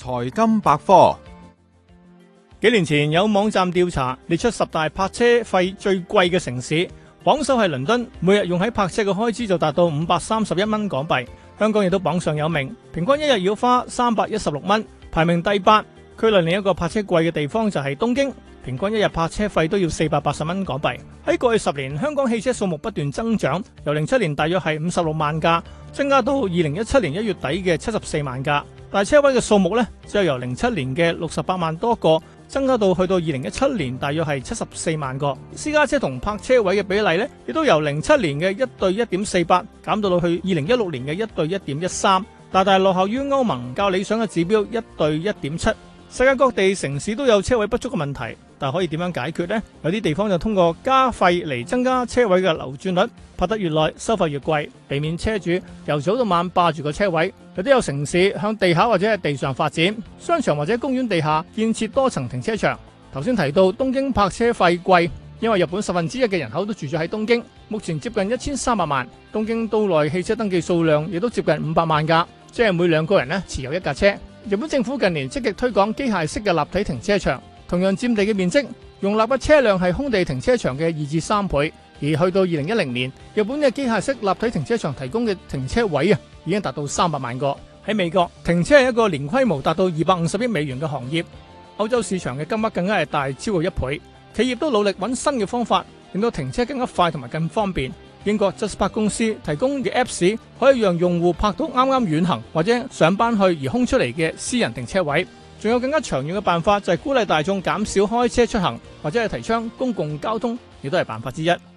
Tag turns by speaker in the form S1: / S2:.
S1: 財金百科。
S2: 幾年前有網站調查列出10大泊車費最貴嘅城市，榜首係倫敦，每日用喺泊車嘅開支就達到531蚊港幣。香港亦都榜上有名，平均一日要花316蚊，排名第8。區內另一個泊車貴嘅地方就係東京，平均一日泊車費都要480蚊港幣。喺過去10年，香港汽車數目不斷增長，由07年大約係56萬架，增加到2017年1月底嘅74萬架。但係車位嘅數目呢，只有由07年嘅68萬多個，增加到去到2017年大約係74萬個。私家車同泊車位嘅比例呢，亦都由07年嘅1對1.48減到去2016年嘅1對1.13，大大落後於歐盟較理想嘅指標1對1.7。世界各地城市都有車位不足嘅問題，但可以點樣解決呢？有啲地方就通過加費嚟增加車位嘅流轉率，泊得越耐收費越貴，避免車主由早到晚霸住個車位。有啲有城市向地下或者係地上發展，商場或者公園地下建設多層停車場。頭先提到東京泊車費貴，因為日本1/10嘅人口都住咗喺東京，目前接近1300萬。東京都內汽車登記數量亦都接近500萬架，即係每2個人持有一架車。日本政府近年積極推廣機械式嘅立體停車場，同樣佔地嘅面積，容納嘅車輛係空地停車場嘅2至3倍。而去到2010年，日本嘅機械式立體停車場提供嘅停車位已經達到300萬個。喺美國，停車係一個年規模達到250億美元嘅行業。歐洲市場嘅金額更加係大超過1倍。企業都努力揾新嘅方法，令到停車更加快同埋更方便。英國 JustPark 公司提供嘅 Apps 可以讓用戶泊到啱啱遠行或者上班去而空出嚟嘅私人停車位。仲有更加長遠嘅辦法，就係鼓勵大眾減少開車出行，或者係提倡公共交通，亦都係辦法之一。